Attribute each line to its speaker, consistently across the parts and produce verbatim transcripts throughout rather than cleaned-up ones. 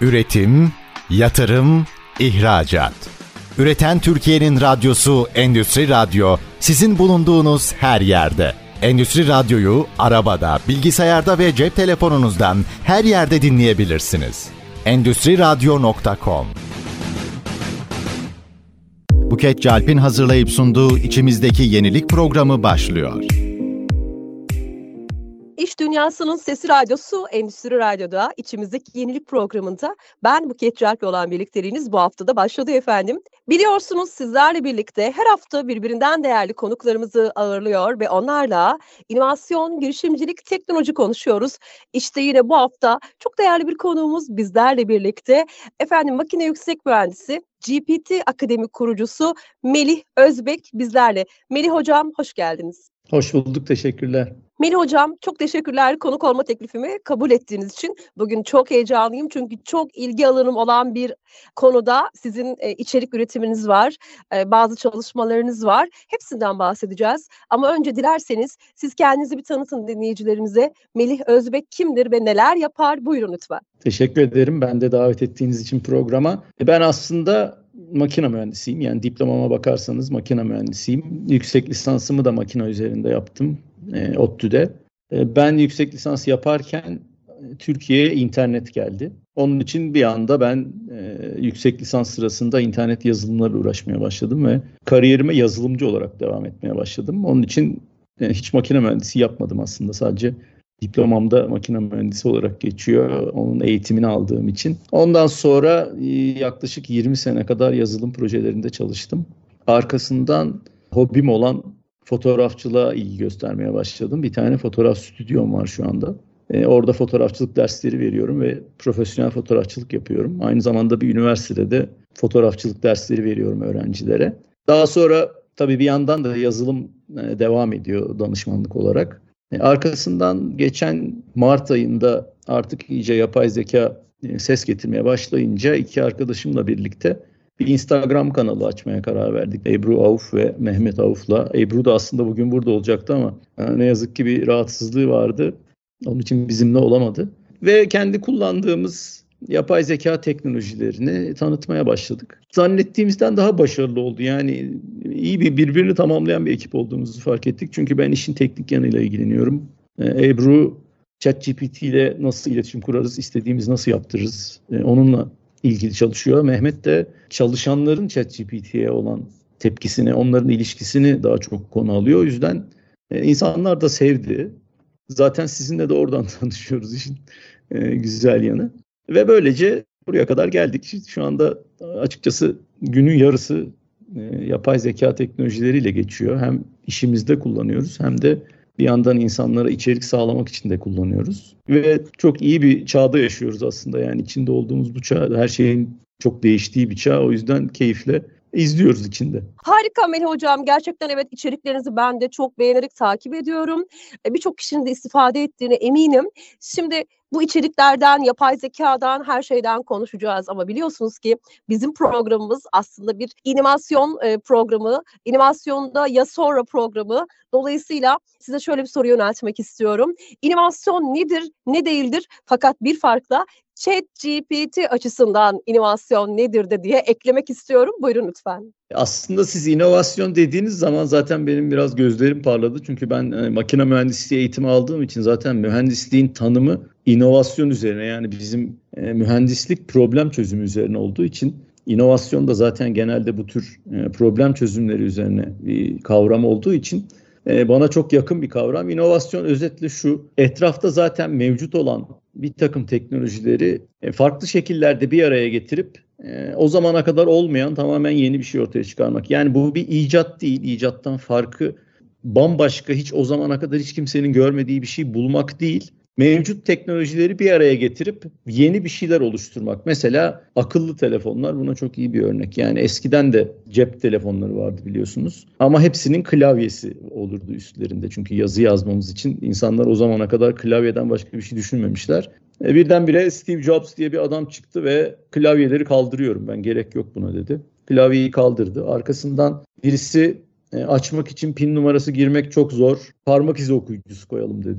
Speaker 1: Üretim, yatırım, ihracat. Üreten Türkiye'nin radyosu Endüstri Radyo, sizin bulunduğunuz her yerde. Endüstri Radyo'yu arabada, bilgisayarda ve cep telefonunuzdan her yerde dinleyebilirsiniz. endüstri radyo nokta com. Buket Calp'in hazırlayıp sunduğu İçimizdeki Yenilik programı başlıyor.
Speaker 2: İş Dünyası'nın Sesi Radyosu Endüstri Radyo'da İçimizdeki Yenilik programında ben Buket Calp'le olan birlikteliğiniz bu hafta da başladı efendim. Biliyorsunuz sizlerle birlikte her hafta birbirinden değerli konuklarımızı ağırlıyor ve onlarla inovasyon, girişimcilik, teknoloji konuşuyoruz. İşte yine bu hafta çok değerli bir konuğumuz bizlerle birlikte. Efendim makine yüksek mühendisi, G P T Akademi kurucusu Melih Özbek bizlerle. Melih Hocam hoş geldiniz.
Speaker 3: Hoş bulduk, teşekkürler.
Speaker 2: Melih Hocam çok teşekkürler konuk olma teklifimi kabul ettiğiniz için. Bugün çok heyecanlıyım çünkü çok ilgi alanım olan bir konuda sizin e, içerik üretiminiz var, e, bazı çalışmalarınız var. Hepsinden bahsedeceğiz. Ama önce dilerseniz siz kendinizi bir tanıtın dinleyicilerimize. Melih Özbek kimdir ve neler yapar? Buyurun lütfen.
Speaker 3: Teşekkür ederim ben de davet ettiğiniz için programa. Ben aslında makine mühendisiyim. Yani diplomama bakarsanız makine mühendisiyim. Yüksek lisansımı da makine üzerinde yaptım. E, ODTÜ'de. E, ben yüksek lisans yaparken e, Türkiye'ye internet geldi. Onun için bir anda ben e, yüksek lisans sırasında internet yazılımlarla uğraşmaya başladım ve kariyerime yazılımcı olarak devam etmeye başladım. Onun için e, hiç makine mühendisi yapmadım aslında. Sadece diplomamda makine mühendisi olarak geçiyor. Onun eğitimini aldığım için. Ondan sonra e, yaklaşık yirmi sene kadar yazılım projelerinde çalıştım. Arkasından hobim olan fotoğrafçılığa ilgi göstermeye başladım. Bir tane fotoğraf stüdyom var şu anda. Ee, orada fotoğrafçılık dersleri veriyorum ve profesyonel fotoğrafçılık yapıyorum. Aynı zamanda bir üniversitede fotoğrafçılık dersleri veriyorum öğrencilere. Daha sonra tabii bir yandan da yazılım e, devam ediyor danışmanlık olarak. E, arkasından geçen Mart ayında artık iyice yapay zeka e, ses getirmeye başlayınca iki arkadaşımla birlikte bir Instagram kanalı açmaya karar verdik. Ebru Avuf ve Mehmet Avuf'la. Ebru da aslında bugün burada olacaktı ama ne yazık ki bir rahatsızlığı vardı. Onun için bizimle olamadı. Ve kendi kullandığımız yapay zeka teknolojilerini tanıtmaya başladık. Zannettiğimizden daha başarılı oldu. Yani iyi bir birbirini tamamlayan bir ekip olduğumuzu fark ettik. Çünkü ben işin teknik yanıyla ilgileniyorum. Ebru ChatGPT ile nasıl iletişim kurarız, istediğimiz nasıl yaptırırız, onunla ilgili çalışıyor. Mehmet de çalışanların ChatGPT'ye olan tepkisini, onların ilişkisini daha çok konu alıyor. O yüzden e, insanlar da sevdi. Zaten sizinle de oradan tanışıyoruz işin e, güzel yanı. Ve böylece buraya kadar geldik. Şu anda açıkçası günün yarısı e, yapay zeka teknolojileriyle geçiyor. Hem işimizde kullanıyoruz hem de bir yandan insanlara içerik sağlamak için de kullanıyoruz. Ve çok iyi bir çağda yaşıyoruz aslında. Yani içinde olduğumuz bu çağda her şeyin çok değiştiği bir çağ. O yüzden keyifle izliyoruz içinde.
Speaker 2: Harika Melih Hocam. Gerçekten evet içeriklerinizi ben de çok beğenerek takip ediyorum. Birçok kişinin de istifade ettiğine eminim. Şimdi bu içeriklerden, yapay zekadan, her şeyden konuşacağız. Ama biliyorsunuz ki bizim programımız aslında bir inovasyon e, programı. İnovasyonda ya sonra programı. Dolayısıyla size şöyle bir soru yöneltmek istiyorum. İnovasyon nedir, ne değildir? Fakat bir farkla ChatGPT açısından inovasyon nedir de diye eklemek istiyorum. Buyurun lütfen.
Speaker 3: Aslında siz inovasyon dediğiniz zaman zaten benim biraz gözlerim parladı. Çünkü ben e, makine mühendisliği eğitimi aldığım için zaten mühendisliğin tanımı inovasyon üzerine. Yani bizim e, mühendislik problem çözümü üzerine olduğu için inovasyon da zaten genelde bu tür e, problem çözümleri üzerine bir kavram olduğu için e, bana çok yakın bir kavram. İnovasyon özetle şu: etrafta zaten mevcut olan bir takım teknolojileri e, farklı şekillerde bir araya getirip e, o zamana kadar olmayan tamamen yeni bir şey ortaya çıkarmak. Yani bu bir icat değil, icattan farkı bambaşka, hiç o zamana kadar hiç kimsenin görmediği bir şey bulmak değil. Mevcut teknolojileri bir araya getirip yeni bir şeyler oluşturmak. Mesela akıllı telefonlar buna çok iyi bir örnek. Yani eskiden de cep telefonları vardı biliyorsunuz. Ama hepsinin klavyesi olurdu üstlerinde. Çünkü yazı yazmamız için insanlar o zamana kadar klavyeden başka bir şey düşünmemişler. E birdenbire Steve Jobs diye bir adam çıktı ve klavyeleri kaldırıyorum ben, gerek yok buna dedi. Klavyeyi kaldırdı. Arkasından birisi e, açmak için pin numarası girmek çok zor, parmak izi okuyucusu koyalım dedi.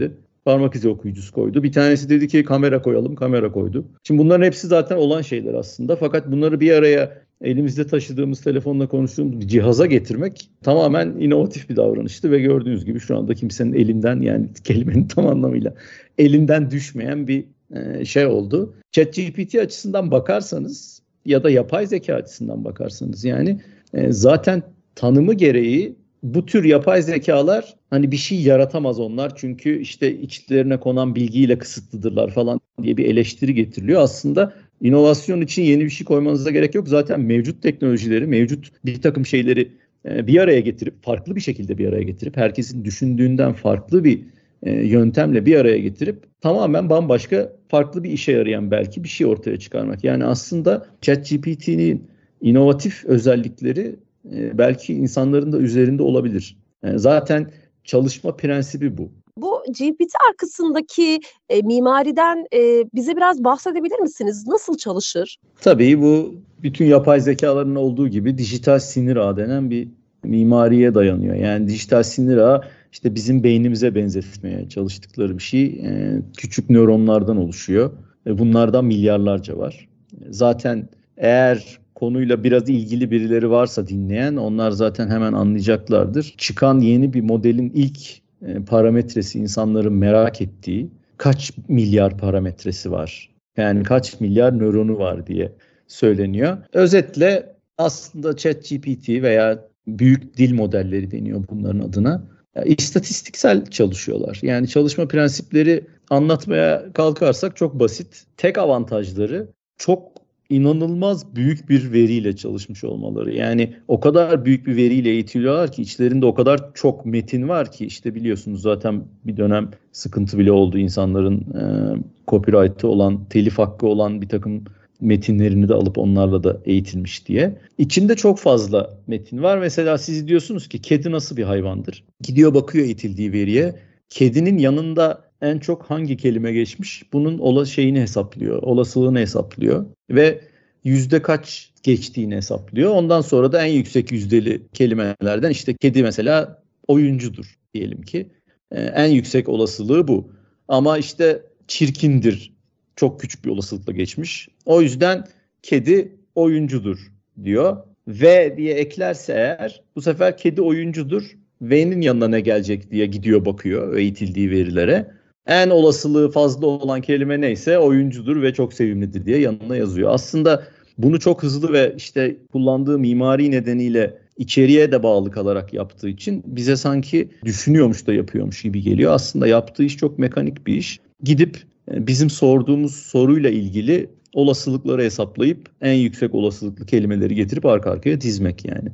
Speaker 3: parmak izi okuyucusu koydu. Bir tanesi dedi ki kamera koyalım, kamera koydu. Şimdi bunların hepsi zaten olan şeyler aslında. Fakat bunları bir araya elimizde taşıdığımız, telefonla konuştuğumuz bir cihaza getirmek tamamen inovatif bir davranıştı ve gördüğünüz gibi şu anda kimsenin elinden, yani kelimenin tam anlamıyla elinden düşmeyen bir şey oldu. ChatGPT açısından bakarsanız ya da yapay zeka açısından bakarsanız, yani zaten tanımı gereği bu tür yapay zekalar hani bir şey yaratamaz onlar çünkü işte içlerine konan bilgiyle kısıtlıdırlar falan diye bir eleştiri getiriliyor. Aslında inovasyon için yeni bir şey koymanıza gerek yok. Zaten mevcut teknolojileri, mevcut bir takım şeyleri bir araya getirip, farklı bir şekilde bir araya getirip, herkesin düşündüğünden farklı bir yöntemle bir araya getirip tamamen bambaşka, farklı bir işe yarayan belki bir şey ortaya çıkarmak. Yani aslında ChatGPT'nin inovatif özellikleri belki insanların da üzerinde olabilir. Zaten çalışma prensibi bu.
Speaker 2: Bu G P T arkasındaki e, mimariden e, bize biraz bahsedebilir misiniz? Nasıl çalışır?
Speaker 3: Tabii bu bütün yapay zekaların olduğu gibi dijital sinir ağı denen bir mimariye dayanıyor. Yani dijital sinir ağı işte bizim beynimize benzetmeye çalıştıkları bir şey. E, küçük nöronlardan oluşuyor. E, bunlardan milyarlarca var. Zaten eğer konuyla biraz ilgili birileri varsa dinleyen, onlar zaten hemen anlayacaklardır. Çıkan yeni bir modelin ilk e, parametresi, insanların merak ettiği, kaç milyar parametresi var? Yani kaç milyar nöronu var diye söyleniyor. Özetle aslında ChatGPT veya büyük dil modelleri deniyor bunların adına. Yani istatistiksel çalışıyorlar. Yani çalışma prensipleri anlatmaya kalkarsak çok basit. Tek avantajları çok inanılmaz büyük bir veriyle çalışmış olmaları. Yani o kadar büyük bir veriyle eğitiliyorlar ki içlerinde o kadar çok metin var ki, işte biliyorsunuz zaten bir dönem sıkıntı bile oldu insanların e, copyright'ı olan, telif hakkı olan bir takım metinlerini de alıp onlarla da eğitilmiş diye. İçinde çok fazla metin var. Mesela siz diyorsunuz ki kedi nasıl bir hayvandır? Gidiyor bakıyor eğitildiği veriye. Kedinin yanında en çok hangi kelime geçmiş? Bunun ola şeyini hesaplıyor, olasılığını hesaplıyor ve yüzde kaç geçtiğini hesaplıyor. Ondan sonra da en yüksek yüzdeli kelimelerden işte kedi mesela oyuncudur diyelim ki. Ee, en yüksek olasılığı bu. Ama işte çirkindir çok küçük bir olasılıkla geçmiş. O yüzden kedi oyuncudur diyor. V diye eklerse eğer bu sefer kedi oyuncudur. V'nin yanına ne gelecek diye gidiyor bakıyor eğitildiği verilere. En olasılığı fazla olan kelime neyse oyuncudur ve çok sevimlidir diye yanına yazıyor. Aslında bunu çok hızlı ve işte kullandığı mimari nedeniyle içeriğe de bağlı kalarak yaptığı için bize sanki düşünüyormuş da yapıyormuş gibi geliyor. Aslında yaptığı iş çok mekanik bir iş. Gidip bizim sorduğumuz soruyla ilgili olasılıkları hesaplayıp en yüksek olasılıklı kelimeleri getirip arka arkaya dizmek yani.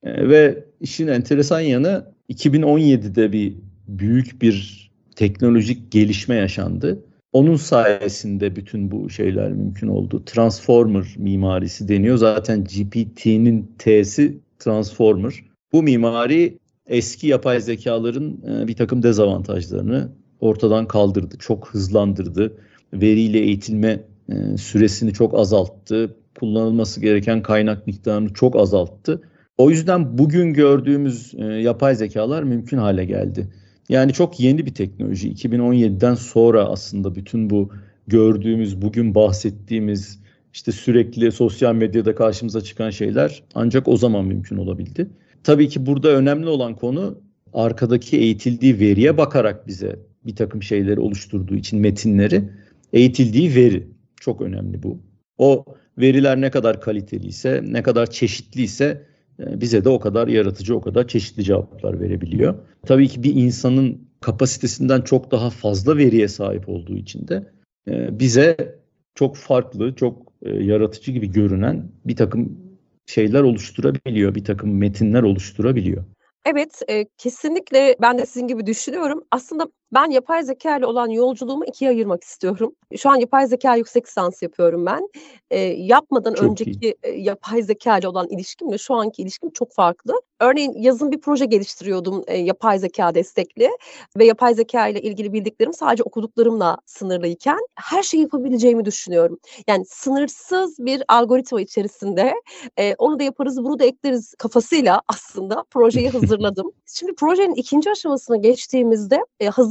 Speaker 3: Ve işin enteresan yanı iki bin on yedide bir büyük bir teknolojik gelişme yaşandı. Onun sayesinde bütün bu şeyler mümkün oldu. Transformer mimarisi deniyor. Zaten G P T'nin T'si Transformer. Bu mimari eski yapay zekaların bir takım dezavantajlarını ortadan kaldırdı. Çok hızlandırdı. Veriyle eğitilme süresini çok azalttı. Kullanılması gereken kaynak miktarını çok azalttı. O yüzden bugün gördüğümüz yapay zekalar mümkün hale geldi. Yani çok yeni bir teknoloji. iki bin on yediden sonra aslında bütün bu gördüğümüz, bugün bahsettiğimiz, işte sürekli sosyal medyada karşımıza çıkan şeyler ancak o zaman mümkün olabildi. Tabii ki burada önemli olan konu arkadaki eğitildiği veriye bakarak bize bir takım şeyleri oluşturduğu için metinleri, eğitildiği veri çok önemli bu. O veriler ne kadar kaliteliyse, ne kadar çeşitliyse bize de o kadar yaratıcı, o kadar çeşitli cevaplar verebiliyor. Tabii ki bir insanın kapasitesinden çok daha fazla veriye sahip olduğu için de bize çok farklı, çok yaratıcı gibi görünen bir takım şeyler oluşturabiliyor, bir takım metinler oluşturabiliyor.
Speaker 2: Evet, e, kesinlikle ben de sizin gibi düşünüyorum. Aslında ben yapay zeka ile olan yolculuğumu ikiye ayırmak istiyorum. Şu an yapay zeka yüksek lisans yapıyorum ben. E, yapmadan
Speaker 3: Çok
Speaker 2: önceki e, yapay zeka ile olan ilişkimle şu anki ilişkim çok farklı. Örneğin yazın bir proje geliştiriyordum e, yapay zeka destekli ve yapay zeka ile ilgili bildiklerim sadece okuduklarımla sınırlıyken her şeyi yapabileceğimi düşünüyorum. Yani sınırsız bir algoritma içerisinde e, onu da yaparız, bunu da ekleriz kafasıyla aslında projeyi hazırladım. Şimdi projenin ikinci aşamasına geçtiğimizde e, hazır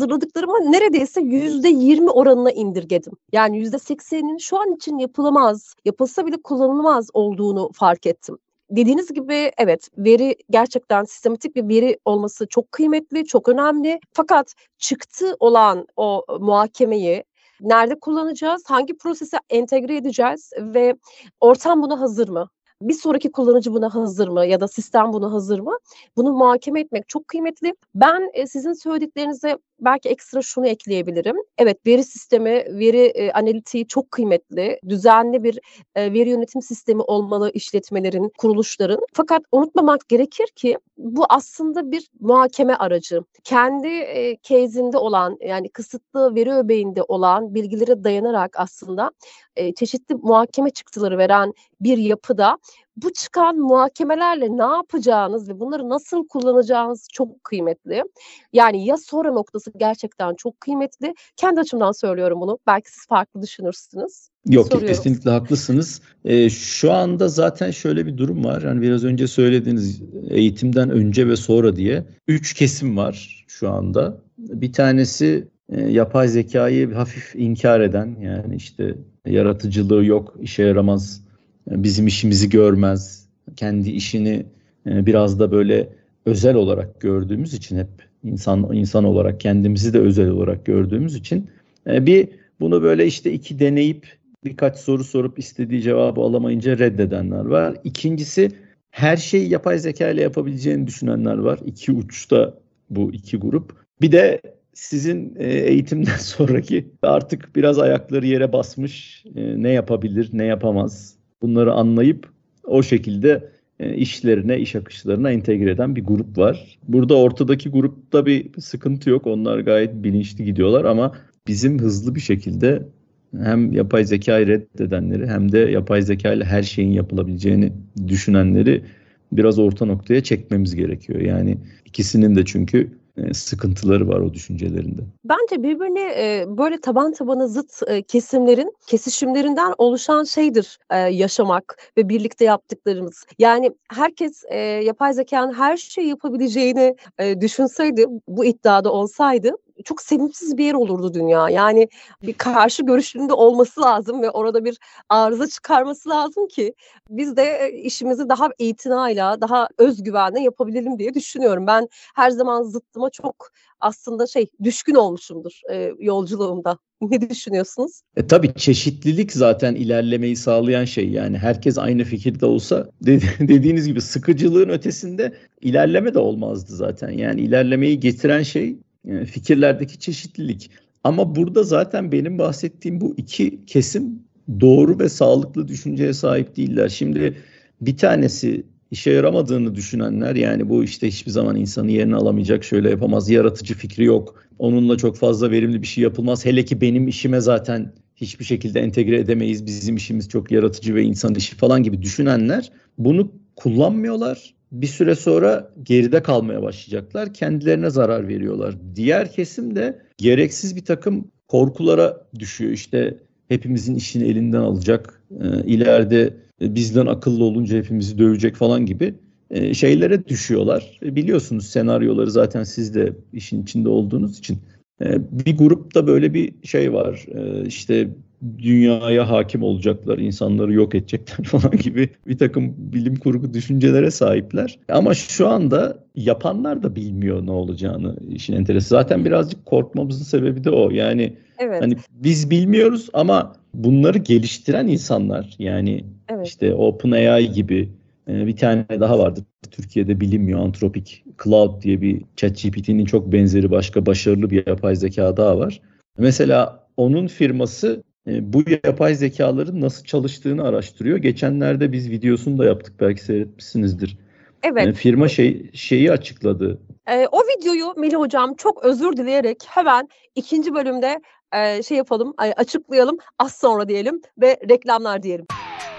Speaker 2: hazırladıklarımı neredeyse yüzde yirmi oranına indirgedim. Yani yüzde seksenin şu an için yapılamaz, yapılsa bile kullanılmaz olduğunu fark ettim. Dediğiniz gibi evet, veri gerçekten sistematik bir veri olması çok kıymetli, çok önemli. Fakat çıktı olan o muhakemeyi nerede kullanacağız, hangi prosese entegre edeceğiz ve ortam buna hazır mı? Bir sonraki kullanıcı buna hazır mı ya da sistem buna hazır mı? Bunu muhakeme etmek çok kıymetli. Ben e, sizin söylediklerinize belki ekstra şunu ekleyebilirim. Evet, veri sistemi, veri e, analitiği çok kıymetli. Düzenli bir e, veri yönetim sistemi olmalı işletmelerin, kuruluşların. Fakat unutmamak gerekir ki bu aslında bir muhakeme aracı. Kendi e, case'inde olan, yani kısıtlı veri öbeğinde olan bilgilere dayanarak aslında e, çeşitli muhakeme çıktıları veren bir yapıda bu çıkan muhakemelerle ne yapacağınız ve bunları nasıl kullanacağınız çok kıymetli. Yani ya sonra noktası gerçekten çok kıymetli. Kendi açımdan söylüyorum bunu. Belki siz farklı düşünürsünüz.
Speaker 3: Yok,
Speaker 2: Soruyorum.
Speaker 3: Kesinlikle haklısınız. Ee, şu anda zaten şöyle bir durum var. Hani biraz önce söylediğiniz eğitimden önce ve sonra diye üç kesim var şu anda. Bir tanesi e, yapay zekayı hafif inkar eden, yani işte yaratıcılığı yok, işe yaramaz, bizim işimizi görmez, kendi işini biraz da böyle özel olarak gördüğümüz için, hep insan insan olarak kendimizi de özel olarak gördüğümüz için bir bunu böyle işte iki deneyip birkaç soru sorup istediği cevabı alamayınca reddedenler var. İkincisi, her şeyi yapay zeka ile yapabileceğini düşünenler var. İki uçta bu iki grup. Bir de sizin eğitimden sonraki artık biraz ayakları yere basmış, ne yapabilir, ne yapamaz, bunları anlayıp o şekilde işlerine, iş akışlarına entegre eden bir grup var. Burada ortadaki grupta bir sıkıntı yok. Onlar gayet bilinçli gidiyorlar ama bizim hızlı bir şekilde hem yapay zekayı reddedenleri hem de yapay zeka ile her şeyin yapılabileceğini düşünenleri biraz orta noktaya çekmemiz gerekiyor. Yani ikisinin de çünkü sıkıntıları var o düşüncelerinde.
Speaker 2: Bence birbirine e, böyle taban tabana zıt e, kesimlerin kesişimlerinden oluşan şeydir e, yaşamak ve birlikte yaptıklarımız. Yani herkes e, yapay zekanın her şeyi yapabileceğini e, düşünseydi, bu iddiada olsaydı çok sevimsiz bir yer olurdu dünya. Yani bir karşı görüşünde olması lazım ve orada bir arıza çıkarması lazım ki biz de işimizi daha itinayla, daha özgüvenle yapabilelim diye düşünüyorum. Ben her zaman zıttıma çok aslında şey düşkün olmuşumdur e, yolculuğumda. Ne düşünüyorsunuz?
Speaker 3: E tabii çeşitlilik zaten ilerlemeyi sağlayan şey. Yani herkes aynı fikirde olsa dedi- dediğiniz gibi sıkıcılığın ötesinde ilerleme de olmazdı zaten. Yani ilerlemeyi getiren şey fikirlerdeki çeşitlilik. Ama burada zaten benim bahsettiğim bu iki kesim doğru ve sağlıklı düşünceye sahip değiller. Şimdi bir tanesi işe yaramadığını düşünenler, yani bu işte hiçbir zaman insanı yerine alamayacak, şöyle yapamaz, yaratıcı fikri yok, onunla çok fazla verimli bir şey yapılmaz, hele ki benim işime zaten hiçbir şekilde entegre edemeyiz, bizim işimiz çok yaratıcı ve insan işi falan gibi düşünenler bunu kullanmıyorlar. Bir süre sonra geride kalmaya başlayacaklar. Kendilerine zarar veriyorlar. Diğer kesim de gereksiz bir takım korkulara düşüyor. İşte hepimizin işini elinden alacak, e, ileride bizden akıllı olunca hepimizi dövecek falan gibi e, şeylere düşüyorlar. E, biliyorsunuz senaryoları zaten siz de işin içinde olduğunuz için. E, bir grupta böyle bir şey var. E, işte dünyaya hakim olacaklar, insanları yok edecekler falan gibi bir takım bilim kurgu düşüncelere sahipler. Ama şu anda yapanlar da bilmiyor ne olacağını, işin enteresanı. Zaten birazcık korkmamızın sebebi de o. Yani evet. Hani biz bilmiyoruz ama bunları geliştiren insanlar, yani evet. işte OpenAI gibi bir tane daha vardı. Türkiye'de bilinmiyor. Anthropic Cloud diye bir ChatGPT'nin çok benzeri başka başarılı bir yapay zeka daha var. Mesela onun firması bu yapay zekaların nasıl çalıştığını araştırıyor. Geçenlerde biz videosunu da yaptık, belki seyretmişsinizdir. Evet. Yani firma şey şeyi açıkladı.
Speaker 2: E, o videoyu Melih Hocam çok özür dileyerek hemen ikinci bölümde e, şey yapalım, açıklayalım, az sonra diyelim ve reklamlar diyelim.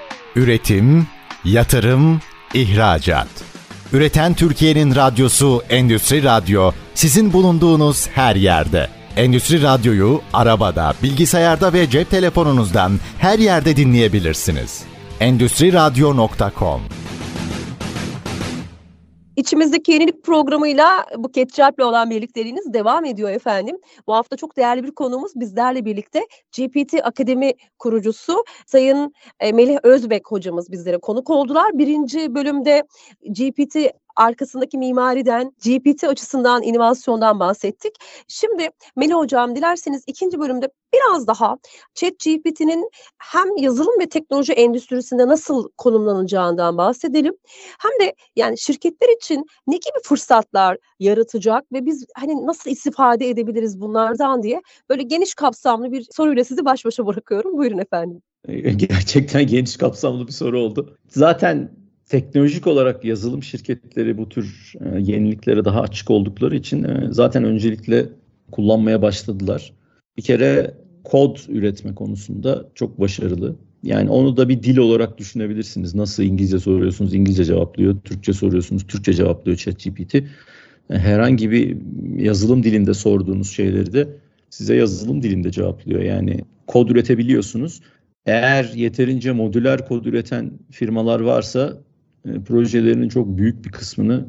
Speaker 1: Üretim, yatırım, ihracat. Üreten Türkiye'nin radyosu Endüstri Radyo, sizin bulunduğunuz her yerde. Endüstri Radyo'yu arabada, bilgisayarda ve cep telefonunuzdan her yerde dinleyebilirsiniz. endüstri radyo nokta com
Speaker 2: İçimizdeki Yenilik programıyla Buket Çarp'la olan birlikteliğiniz devam ediyor efendim. Bu hafta çok değerli bir konuğumuz bizlerle birlikte G P T Akademi kurucusu Sayın Melih Özbek hocamız bizlere konuk oldular. Birinci bölümde G P T arkasındaki mimariden, G P T açısından, inovasyondan bahsettik. Şimdi Melih Hocam dilerseniz ikinci bölümde biraz daha ChatGPT'nin hem yazılım ve teknoloji endüstrisinde nasıl konumlanacağından bahsedelim. Hem de yani şirketler için ne gibi fırsatlar yaratacak ve biz hani nasıl istifade edebiliriz bunlardan diye böyle geniş kapsamlı bir soruyla sizi baş başa bırakıyorum. Buyurun efendim.
Speaker 3: Gerçekten geniş kapsamlı bir soru oldu. Zaten teknolojik olarak yazılım şirketleri bu tür e, yeniliklere daha açık oldukları için e, zaten öncelikle kullanmaya başladılar. Bir kere kod üretme konusunda çok başarılı. Yani onu da bir dil olarak düşünebilirsiniz. Nasıl İngilizce soruyorsunuz, İngilizce cevaplıyor. Türkçe soruyorsunuz, Türkçe cevaplıyor ChatGPT. Herhangi bir yazılım dilinde sorduğunuz şeyleri de size yazılım dilinde cevaplıyor. Yani kod üretebiliyorsunuz. Eğer yeterince modüler kod üreten firmalar varsa e, projelerinin çok büyük bir kısmını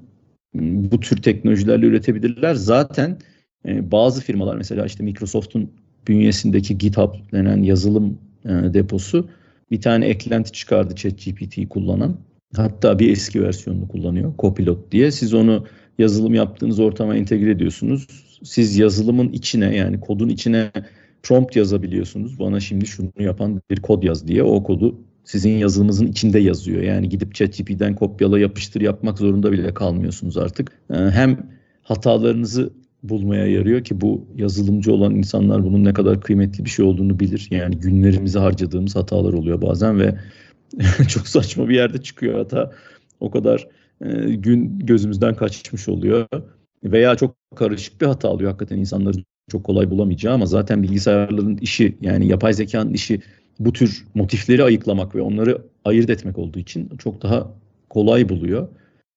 Speaker 3: e, bu tür teknolojilerle üretebilirler. Zaten e, bazı firmalar mesela işte Microsoft'un bünyesindeki GitHub denen yazılım e, deposu bir tane eklenti çıkardı ChatGPT'yi kullanan. Hatta bir eski versiyonunu kullanıyor, Copilot diye. Siz onu yazılım yaptığınız ortama entegre ediyorsunuz. Siz yazılımın içine yani kodun içine prompt yazabiliyorsunuz. Bana şimdi şunu yapan bir kod yaz diye. O kodu sizin yazılımınızın içinde yazıyor. Yani gidip ChatGPT'den kopyala yapıştır yapmak zorunda bile kalmıyorsunuz artık. Hem hatalarınızı bulmaya yarıyor ki bu yazılımcı olan insanlar bunun ne kadar kıymetli bir şey olduğunu bilir. Yani günlerimizi harcadığımız hatalar oluyor bazen ve çok saçma bir yerde çıkıyor hata. O kadar e, gün gözümüzden kaçmış oluyor. Veya çok karışık bir hata alıyor hakikaten insanların çok kolay bulamayacağı ama zaten bilgisayarların işi yani yapay zekanın işi bu tür motifleri ayıklamak ve onları ayırt etmek olduğu için çok daha kolay buluyor.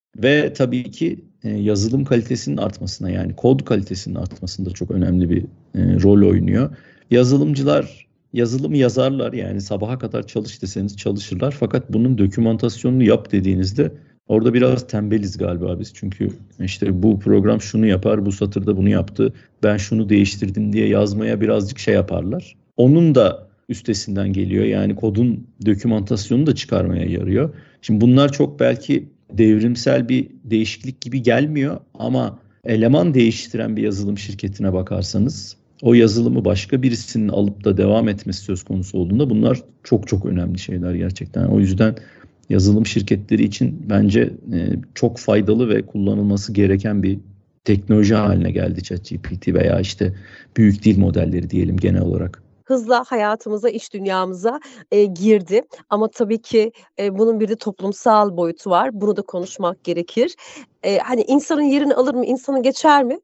Speaker 3: Ve tabii ki e, yazılım kalitesinin artmasına yani kod kalitesinin artmasında çok önemli bir e, rol oynuyor. Yazılımcılar yazılım yazarlar yani sabaha kadar çalış deseniz çalışırlar fakat bunun dokümantasyonunu yap dediğinizde orada biraz tembeliz galiba biz. Çünkü işte bu program şunu yapar, bu satırda bunu yaptı, ben şunu değiştirdim diye yazmaya birazcık şey yaparlar. Onun da üstesinden geliyor yani kodun dokümantasyonunu da çıkarmaya yarıyor. Şimdi bunlar çok belki devrimsel bir değişiklik gibi gelmiyor ama eleman değiştiren bir yazılım şirketine bakarsanız o yazılımı başka birisinin alıp da devam etmesi söz konusu olduğunda bunlar çok çok önemli şeyler gerçekten. O yüzden yazılım şirketleri için bence çok faydalı ve kullanılması gereken bir teknoloji haline geldi ChatGPT veya işte büyük dil modelleri diyelim genel olarak.
Speaker 2: Hızla hayatımıza, iş dünyamıza e, girdi. Ama tabii ki e, bunun bir de toplumsal boyutu var. Bunu da konuşmak gerekir. E, hani insanın yerini alır mı, insanı geçer mi?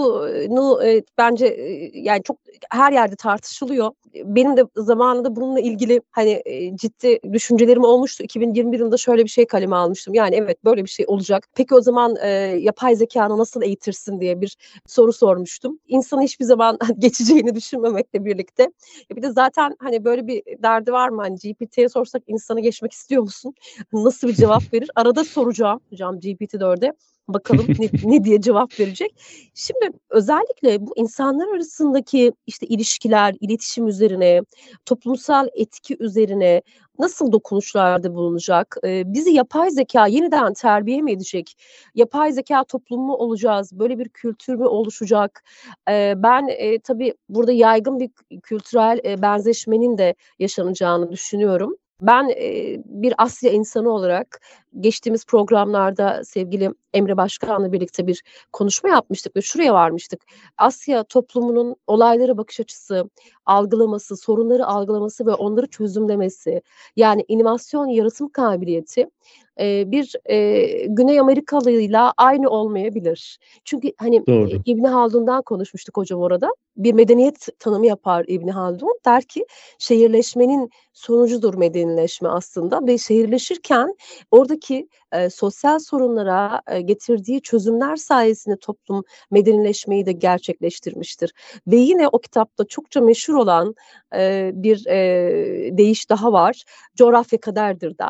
Speaker 2: Bunu e, bence e, yani çok her yerde tartışılıyor. Benim de zamanında bununla ilgili hani e, ciddi düşüncelerim olmuştu. iki bin yirmi bir yılında şöyle bir şey kaleme almıştım. Yani evet böyle bir şey olacak. Peki o zaman e, yapay zekanı nasıl eğitirsin diye bir soru sormuştum. İnsanı hiçbir zaman geçeceğini düşünmemekle birlikte. Bir de zaten hani böyle bir derdi var mı? Hani G P T'ye sorsak insanı geçmek istiyor musun? Nasıl bir cevap verir? Arada soracağım hocam G P T dörde. Bakalım ne, ne diye cevap verecek. Şimdi özellikle bu insanlar arasındaki işte ilişkiler, iletişim üzerine, toplumsal etki üzerine nasıl dokunuşlarda bulunacak? Ee, bizi yapay zeka yeniden terbiye mi edecek? Yapay zeka toplumu mu olacağız? Böyle bir kültür mü oluşacak? Ee, ben e, tabii burada yaygın bir kültürel e, benzeşmenin de yaşanacağını düşünüyorum. Ben e, bir Asya insanı olarak geçtiğimiz programlarda sevgili Emre Başkan'la birlikte bir konuşma yapmıştık ve şuraya varmıştık. Asya toplumunun olaylara bakış açısı, algılaması, sorunları algılaması ve onları çözümlemesi, yani inovasyon, yaratım kabiliyeti e, bir e, Güney Amerikalıyla aynı olmayabilir. Çünkü hani
Speaker 3: Doğru.
Speaker 2: e, İbn Haldun'dan konuşmuştuk hocam orada. Bir medeniyet tanımı yapar İbn Haldun. Der ki şehirleşmenin sonucudur medenileşme aslında ve şehirleşirken oradaki e, sosyal sorunlara e, getirdiği çözümler sayesinde toplum medenileşmeyi de gerçekleştirmiştir. Ve yine o kitapta çokça meşhur olan e, bir e, deyiş daha var. Coğrafya kaderdir der.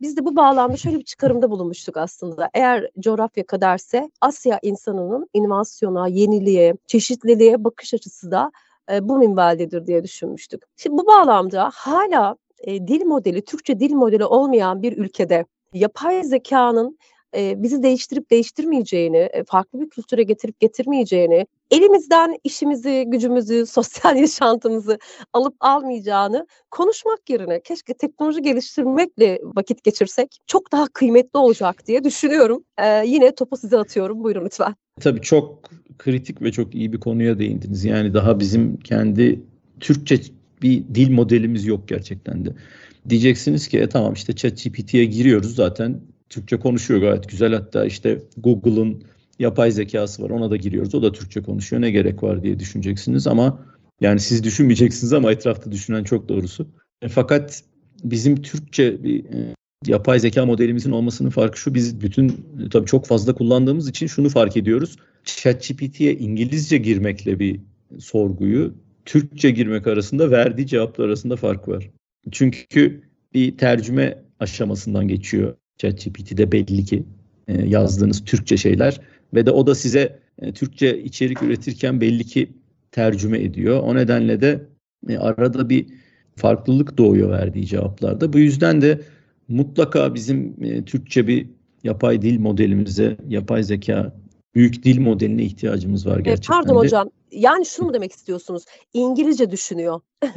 Speaker 2: Biz de bu bağlamda şöyle bir çıkarımda bulunmuştuk aslında. Eğer coğrafya kaderse Asya insanının inovasyona, yeniliğe, çeşitliliğe bakış açısı da e, bu minvaldedir diye düşünmüştük. Şimdi bu bağlamda hala e, dil modeli, Türkçe dil modeli olmayan bir ülkede yapay zekanın e, bizi değiştirip değiştirmeyeceğini, e, farklı bir kültüre getirip getirmeyeceğini, elimizden işimizi, gücümüzü, sosyal yaşantımızı alıp almayacağını konuşmak yerine keşke teknoloji geliştirmekle vakit geçirsek çok daha kıymetli olacak diye düşünüyorum. E, yine topu size atıyorum. Buyurun lütfen.
Speaker 3: Tabii çok kritik ve çok iyi bir konuya değindiniz. Yani daha bizim kendi Türkçe bir dil modelimiz yok gerçekten de. Diyeceksiniz ki e, tamam işte ChatGPT'ye giriyoruz zaten Türkçe konuşuyor gayet güzel. Hatta işte Google'ın yapay zekası var, ona da giriyoruz. O da Türkçe konuşuyor. Ne gerek var diye düşüneceksiniz ama yani siz düşünmeyeceksiniz ama etrafta düşünen çok doğrusu. E, fakat bizim Türkçe bir e, yapay zeka modelimizin olmasının farkı şu: biz bütün tabii çok fazla kullandığımız için şunu fark ediyoruz. ChatGPT'ye İngilizce girmekle bir sorguyu Türkçe girmek arasında verdiği cevaplar arasında fark var. Çünkü bir tercüme aşamasından geçiyor ChatGPT'de belli ki e, yazdığınız Türkçe şeyler ve de o da size e, Türkçe içerik üretirken belli ki tercüme ediyor. O nedenle de e, arada bir farklılık doğuyor verdiği cevaplarda. Bu yüzden de mutlaka bizim e, Türkçe bir yapay dil modelimize, yapay zeka büyük dil modeline ihtiyacımız var gerçekten.
Speaker 2: Pardon de. Hocam, yani şunu mu demek istiyorsunuz? İngilizce düşünüyor.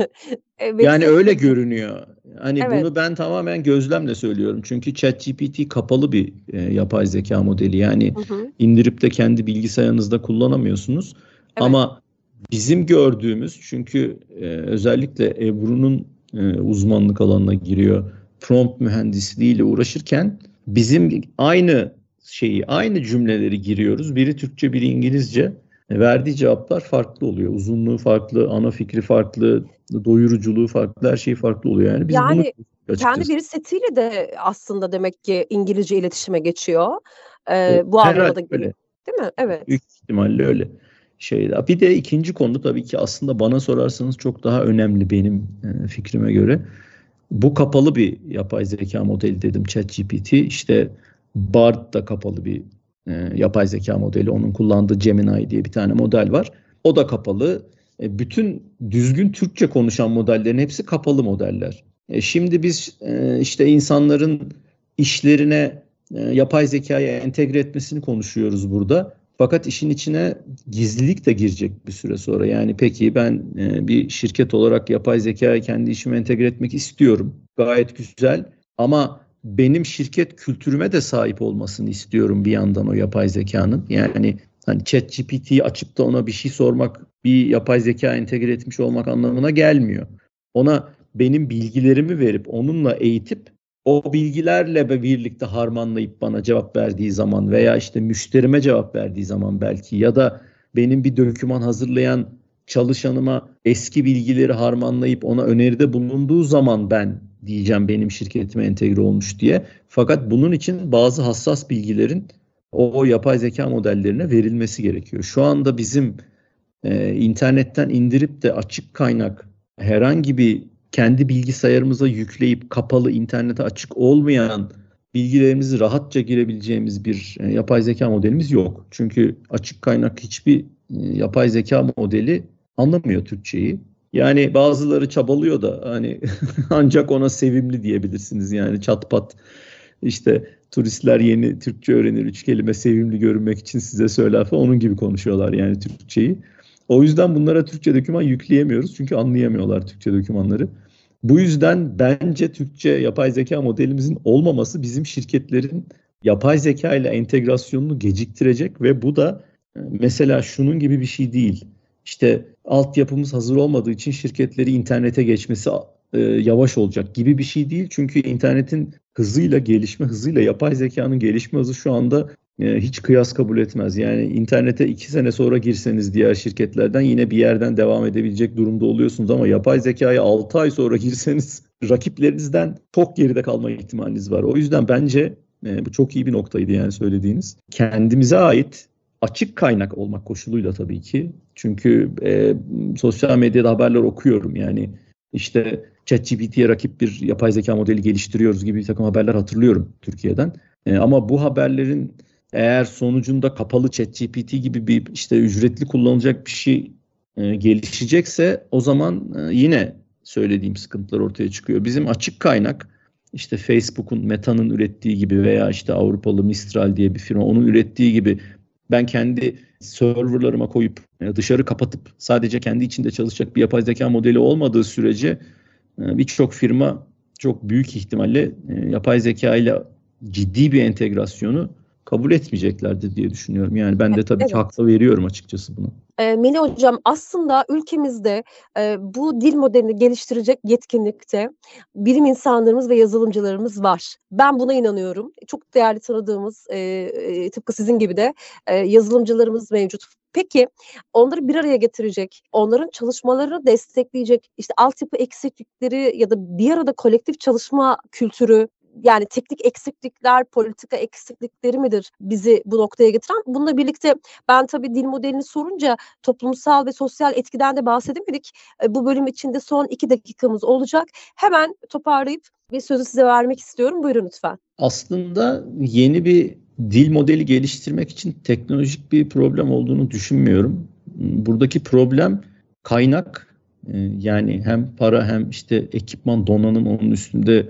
Speaker 3: Evet. Yani öyle görünüyor. Hani
Speaker 2: evet.
Speaker 3: Bunu ben tamamen gözlemle söylüyorum. Çünkü ChatGPT kapalı bir e, yapay zeka modeli. Yani hı hı. indirip de kendi bilgisayarınızda kullanamıyorsunuz. Evet. Ama bizim gördüğümüz, çünkü e, özellikle Ebru'nun e, uzmanlık alanına giriyor. Prompt mühendisliğiyle uğraşırken bizim aynı şeyi, aynı cümleleri giriyoruz. Biri Türkçe, biri İngilizce. Verdiği cevaplar farklı oluyor. Uzunluğu farklı, ana fikri farklı, doyuruculuğu farklı, her şey farklı oluyor. Yani biz
Speaker 2: yani
Speaker 3: bunu
Speaker 2: kendi bir setiyle de aslında demek ki İngilizce iletişime geçiyor. Ee,
Speaker 3: o,
Speaker 2: bu anlamda da
Speaker 3: öyle.
Speaker 2: Değil mi? Evet.
Speaker 3: Büyük ihtimalle öyle. Şeyler. Bir de ikinci konu tabii ki aslında bana sorarsanız çok daha önemli benim e, fikrime göre. Bu kapalı bir yapay zeka modeli dedim, ChatGPT. İşte Bard da kapalı bir e, yapay zeka modeli. Onun kullandığı Gemini diye bir tane model var. O da kapalı. E, bütün düzgün Türkçe konuşan modellerin hepsi kapalı modeller. E, şimdi biz e, işte insanların işlerine e, yapay zekaya entegre etmesini konuşuyoruz burada. Fakat işin içine gizlilik de girecek bir süre sonra. Yani peki ben e, bir şirket olarak yapay zekayı kendi işime entegre etmek istiyorum. Gayet güzel ama benim şirket kültürüme de sahip olmasını istiyorum bir yandan o yapay zekanın. Yani hani ChatGPT'yi açıp da ona bir şey sormak, bir yapay zeka entegre etmiş olmak anlamına gelmiyor. Ona benim bilgilerimi verip onunla eğitip o bilgilerle birlikte harmanlayıp bana cevap verdiği zaman veya işte müşterime cevap verdiği zaman belki, ya da benim bir doküman hazırlayan çalışanıma eski bilgileri harmanlayıp ona öneride bulunduğu zaman ben diyeceğim benim şirketime entegre olmuş diye. Fakat bunun için bazı hassas bilgilerin o, o yapay zeka modellerine verilmesi gerekiyor. Şu anda bizim e, internetten indirip de açık kaynak herhangi bir kendi bilgisayarımıza yükleyip kapalı, internete açık olmayan bilgilerimizi rahatça girebileceğimiz bir e, yapay zeka modelimiz yok. Çünkü açık kaynak hiçbir e, yapay zeka modeli anlamıyor Türkçeyi. Yani bazıları çabalıyor da hani ancak ona sevimli diyebilirsiniz. Yani çat pat işte turistler yeni Türkçe öğrenir, üç kelime sevimli görünmek için size söyler falan, onun gibi konuşuyorlar yani Türkçeyi. O yüzden bunlara Türkçe doküman yükleyemiyoruz çünkü anlayamıyorlar Türkçe dokümanları. Bu yüzden bence Türkçe yapay zeka modelimizin olmaması bizim şirketlerin yapay zeka ile entegrasyonunu geciktirecek ve bu da mesela şunun gibi bir şey değil. İşte altyapımız hazır olmadığı için şirketleri internete geçmesi e, yavaş olacak gibi bir şey değil. Çünkü internetin hızıyla, gelişme hızıyla yapay zekanın gelişme hızı şu anda e, hiç kıyas kabul etmez. Yani internete iki sene sonra girseniz diğer şirketlerden yine bir yerden devam edebilecek durumda oluyorsunuz. Ama yapay zekaya altı ay sonra girseniz rakiplerinizden çok geride kalma ihtimaliniz var. O yüzden bence e, bu çok iyi bir noktaydı yani söylediğiniz. Kendimize ait açık kaynak olmak koşuluyla tabii ki. Çünkü e, sosyal medyada haberler okuyorum. Yani işte ChatGPT'ye rakip bir yapay zeka modeli geliştiriyoruz gibi bir takım haberler hatırlıyorum Türkiye'den. E, ama bu haberlerin eğer sonucunda kapalı ChatGPT gibi bir işte ücretli kullanılacak bir şey e, gelişecekse o zaman e, yine söylediğim sıkıntılar ortaya çıkıyor. Bizim açık kaynak işte Facebook'un, Meta'nın ürettiği gibi veya işte Avrupalı Mistral diye bir firma onun ürettiği gibi ben kendi serverlarıma koyup dışarı kapatıp sadece kendi içinde çalışacak bir yapay zeka modeli olmadığı sürece birçok firma çok büyük ihtimalle yapay zeka ile ciddi bir entegrasyonu kabul etmeyeceklerdir diye düşünüyorum. Yani ben de tabii
Speaker 2: Evet.
Speaker 3: ki haklı veriyorum açıkçası bunu.
Speaker 2: E, Melih Hocam, aslında ülkemizde e, bu dil modelini geliştirecek yetkinlikte bilim insanlarımız ve yazılımcılarımız var. Ben buna inanıyorum. Çok değerli tanıdığımız, e, e, tıpkı sizin gibi de e, yazılımcılarımız mevcut. Peki onları bir araya getirecek, onların çalışmalarını destekleyecek işte altyapı eksiklikleri ya da bir arada kolektif çalışma kültürü, yani teknik eksiklikler, politika eksiklikleri midir bizi bu noktaya getiren? Bununla birlikte ben tabii dil modelini sorunca toplumsal ve sosyal etkiden de bahsedemedik. E, bu bölüm içinde son iki dakikamız olacak. Hemen toparlayıp bir sözü size vermek istiyorum. Buyurun lütfen.
Speaker 3: Aslında yeni bir dil modeli geliştirmek için teknolojik bir problem olduğunu düşünmüyorum. Buradaki problem kaynak. Yani hem para hem işte ekipman, donanım, onun üstünde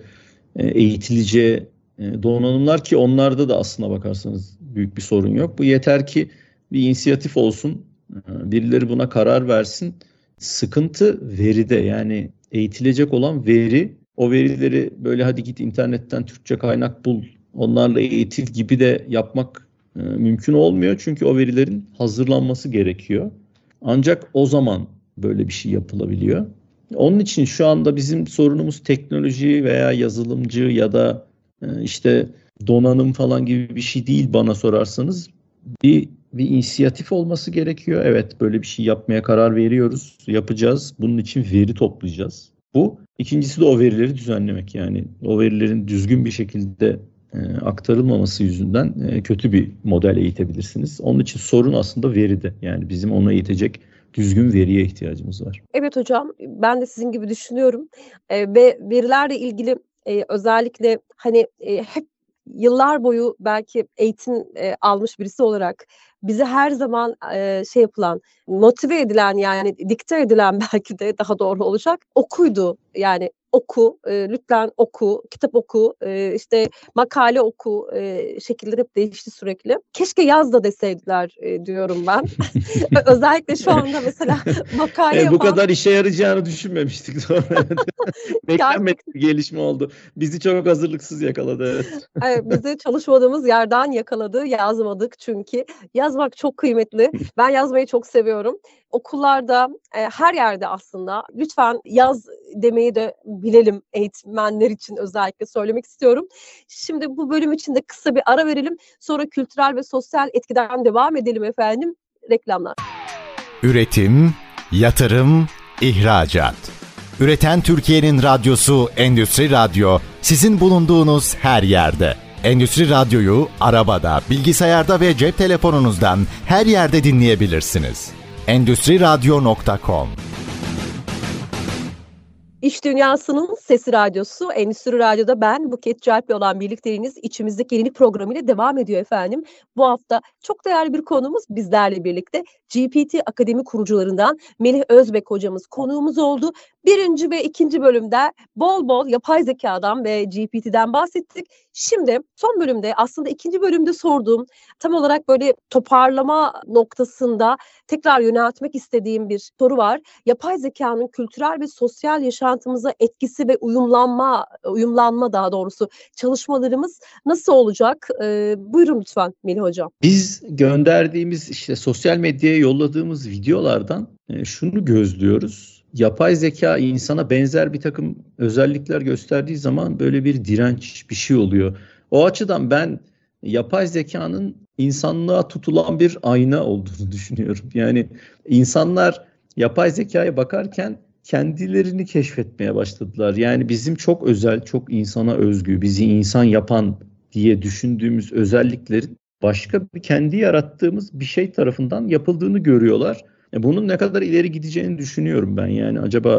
Speaker 3: eğitileceği donanımlar ki onlarda da aslına bakarsanız büyük bir sorun yok. Bu yeter ki bir inisiyatif olsun, birileri buna karar versin. Sıkıntı veride, yani eğitilecek olan veri, o verileri böyle hadi git internetten Türkçe kaynak bul, onlarla eğitil gibi de yapmak e, mümkün olmuyor. Çünkü o verilerin hazırlanması gerekiyor. Ancak o zaman böyle bir şey yapılabiliyor. Onun için şu anda bizim sorunumuz teknoloji veya yazılımcı ya da e, işte donanım falan gibi bir şey değil bana sorarsanız. Bir, bir inisiyatif olması gerekiyor. Evet, böyle bir şey yapmaya karar veriyoruz, yapacağız. Bunun için veri toplayacağız. Bu. İkincisi de o verileri düzenlemek, yani o verilerin düzgün bir şekilde e, aktarılmaması yüzünden e, kötü bir model eğitebilirsiniz. Onun için sorun aslında veride. Yani bizim onu eğitecek düzgün veriye ihtiyacımız var.
Speaker 2: Evet hocam, ben de sizin gibi düşünüyorum e, ve verilerle ilgili e, özellikle hani e, hep yıllar boyu belki eğitim e, almış birisi olarak bize her zaman e, şey yapılan, motive edilen, yani dikte edilen belki de daha doğru olacak, okuydu. Yani oku, e, lütfen oku, kitap oku, e, işte makale oku e, şekilleri hep değişti sürekli. Keşke yaz da deseydiler e, diyorum ben. Özellikle şu anda mesela makale
Speaker 3: e,
Speaker 2: yapan...
Speaker 3: Bu kadar işe yarayacağını düşünmemiştik sonra. Beklenmedik bir gelişme oldu. Bizi çok hazırlıksız yakaladı. Evet.
Speaker 2: Evet, bizi çalışmadığımız yerden yakaladı. Yazmadık çünkü. Yazmak çok kıymetli. Ben yazmayı çok seviyorum. Okullarda, e, her yerde aslında lütfen yaz demeyi de bilelim, eğitmenler için özellikle söylemek istiyorum. Şimdi bu bölüm için de kısa bir ara verelim. Sonra kültürel ve sosyal etkiden devam edelim efendim. Reklamlar.
Speaker 1: Üretim, yatırım, ihracat. Üreten Türkiye'nin radyosu Endüstri Radyo, sizin bulunduğunuz her yerde. Endüstri Radyo'yu arabada, bilgisayarda ve cep telefonunuzdan her yerde dinleyebilirsiniz. endüstri radyo nokta com.
Speaker 2: İş Dünyası'nın Sesi Radyosu, Endüstri Radyo'da ben Buket Çarp'le olan birlikteliğiniz içimizdeki yenilik programıyla devam ediyor efendim. Bu hafta çok değerli bir konumuz bizlerle birlikte. G P T Akademi kurucularından Melih Özbek hocamız konuğumuz oldu. Birinci ve ikinci bölümde bol bol yapay zekadan ve G P T'den bahsettik. Şimdi son bölümde, aslında ikinci bölümde sorduğum, tam olarak böyle toparlama noktasında tekrar yöneltmek istediğim bir soru var. Yapay zekanın kültürel ve sosyal yaşantımıza etkisi ve uyumlanma, uyumlanma daha doğrusu çalışmalarımız nasıl olacak? Ee, buyurun lütfen Melih Hocam.
Speaker 3: Biz gönderdiğimiz, işte sosyal medyaya yolladığımız videolardan e, şunu gözlüyoruz. Yapay zeka insana benzer bir takım özellikler gösterdiği zaman böyle bir direnç, bir şey oluyor. O açıdan ben yapay zekanın insanlığa tutulan bir ayna olduğunu düşünüyorum. Yani insanlar yapay zekaya bakarken kendilerini keşfetmeye başladılar. Yani bizim çok özel, çok insana özgü, bizi insan yapan diye düşündüğümüz özelliklerin başka bir kendi yarattığımız bir şey tarafından yapıldığını görüyorlar. Bunun ne kadar ileri gideceğini düşünüyorum ben. Yani acaba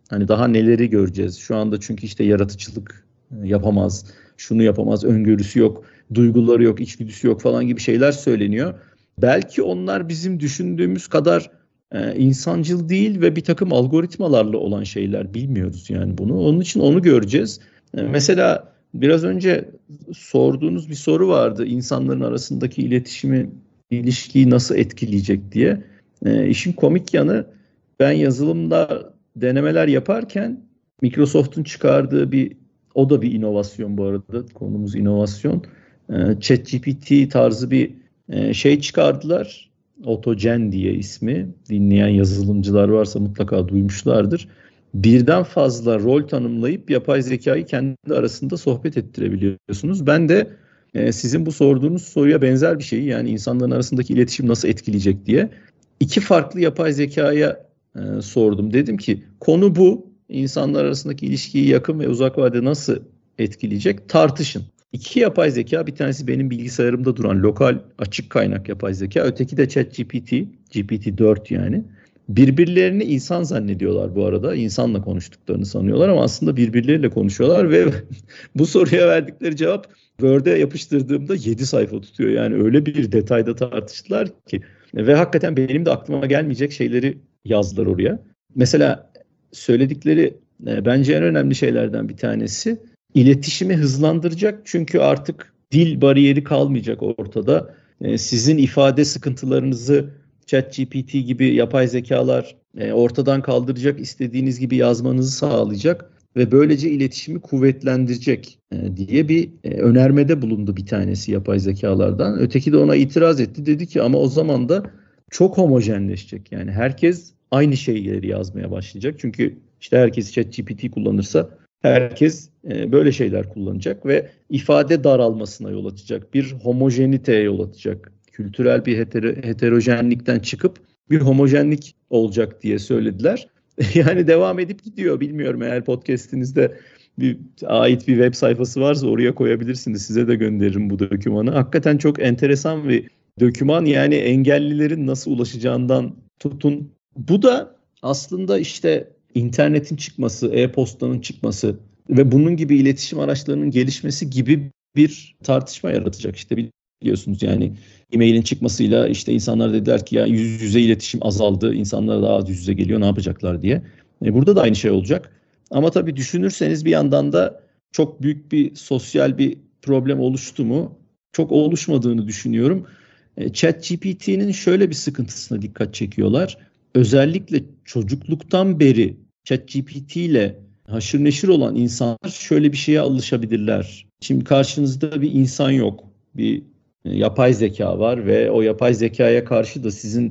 Speaker 3: Hani daha neleri göreceğiz? Şu anda çünkü işte yaratıcılık yapamaz, şunu yapamaz, öngörüsü yok, duyguları yok, içgüdüsü yok falan gibi şeyler söyleniyor. Belki onlar bizim düşündüğümüz kadar e, insancıl değil ve bir takım algoritmalarla olan şeyler, bilmiyoruz yani bunu. Onun için onu göreceğiz. E, mesela biraz önce sorduğunuz bir soru vardı. İnsanların arasındaki iletişimi, ilişkiyi nasıl etkileyecek diye. E, işin komik yanı, ben yazılımda denemeler yaparken Microsoft'un çıkardığı bir, o da bir inovasyon bu arada, konumuz inovasyon. E, ChatGPT tarzı bir e, şey çıkardılar. AutoGen diye ismi. Dinleyen yazılımcılar varsa mutlaka duymuşlardır. Birden fazla rol tanımlayıp yapay zekayı kendi arasında sohbet ettirebiliyorsunuz. Ben de e, sizin bu sorduğunuz soruya benzer bir şeyi, yani insanların arasındaki iletişim nasıl etkileyecek diye iki farklı yapay zekaya e, sordum. Dedim ki konu bu. İnsanlar arasındaki ilişkiyi yakın ve uzak vadede nasıl etkileyecek? Tartışın. İki yapay zeka, bir tanesi benim bilgisayarımda duran lokal açık kaynak yapay zeka, öteki de ChatGPT, G P T dört yani. Birbirlerini insan zannediyorlar bu arada. İnsanla konuştuklarını sanıyorlar ama aslında birbirleriyle konuşuyorlar ve bu soruya verdikleri cevap Word'e yapıştırdığımda yedi sayfa tutuyor. Yani öyle bir detayda tartıştılar ki. Ve hakikaten benim de aklıma gelmeyecek şeyleri yazdılar oraya. Mesela söyledikleri e, bence en önemli şeylerden bir tanesi, iletişimi hızlandıracak. Çünkü artık dil bariyeri kalmayacak ortada. E, sizin ifade sıkıntılarınızı ChatGPT gibi yapay zekalar e, ortadan kaldıracak, istediğiniz gibi yazmanızı sağlayacak ve böylece iletişimi kuvvetlendirecek e, diye bir e, önermede bulundu bir tanesi yapay zekalardan. Öteki de ona itiraz etti. Dedi ki ama o zaman da çok homojenleşecek. Yani herkes aynı şeyleri yazmaya başlayacak. Çünkü işte herkes ChatGPT kullanırsa herkes e, böyle şeyler kullanacak ve ifade daralmasına yol açacak. Bir homojeniteye yol açacak. Kültürel bir heter- heterojenlikten çıkıp bir homojenlik olacak diye söylediler. Yani devam edip gidiyor. Bilmiyorum, eğer podcast'inizde bir ait bir web sayfası varsa oraya koyabilirsiniz. Size de gönderirim bu dokümanı. Hakikaten çok enteresan bir doküman. Yani engellilerin nasıl ulaşacağından tutun. Bu da aslında işte internetin çıkması, e-postanın çıkması ve bunun gibi iletişim araçlarının gelişmesi gibi bir tartışma yaratacak. İşte biliyorsunuz yani e-mailin çıkmasıyla işte insanlar dediler ki ya yüz yüze iletişim azaldı, insanlar daha az yüz yüze geliyor, ne yapacaklar diye. E burada da aynı şey olacak. Ama tabii düşünürseniz bir yandan da çok büyük bir sosyal bir problem oluştu mu? Çok oluşmadığını düşünüyorum. E, ChatGPT'nin şöyle bir sıkıntısına dikkat çekiyorlar. Özellikle çocukluktan beri ChatGPT ile haşır neşir olan insanlar şöyle bir şeye alışabilirler. Şimdi karşınızda bir insan yok, bir yapay zeka var ve o yapay zekaya karşı da sizin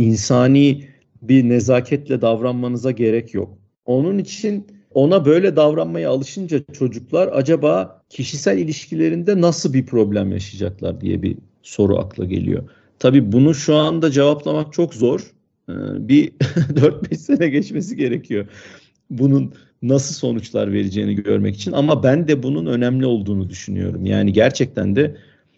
Speaker 3: insani bir nezaketle davranmanıza gerek yok. Onun için ona böyle davranmaya alışınca çocuklar acaba kişisel ilişkilerinde nasıl bir problem yaşayacaklar diye bir soru akla geliyor. Tabii bunu şu anda cevaplamak çok zor. Bir dört beş sene geçmesi gerekiyor bunun nasıl sonuçlar vereceğini görmek için. Ama ben de bunun önemli olduğunu düşünüyorum. Yani gerçekten de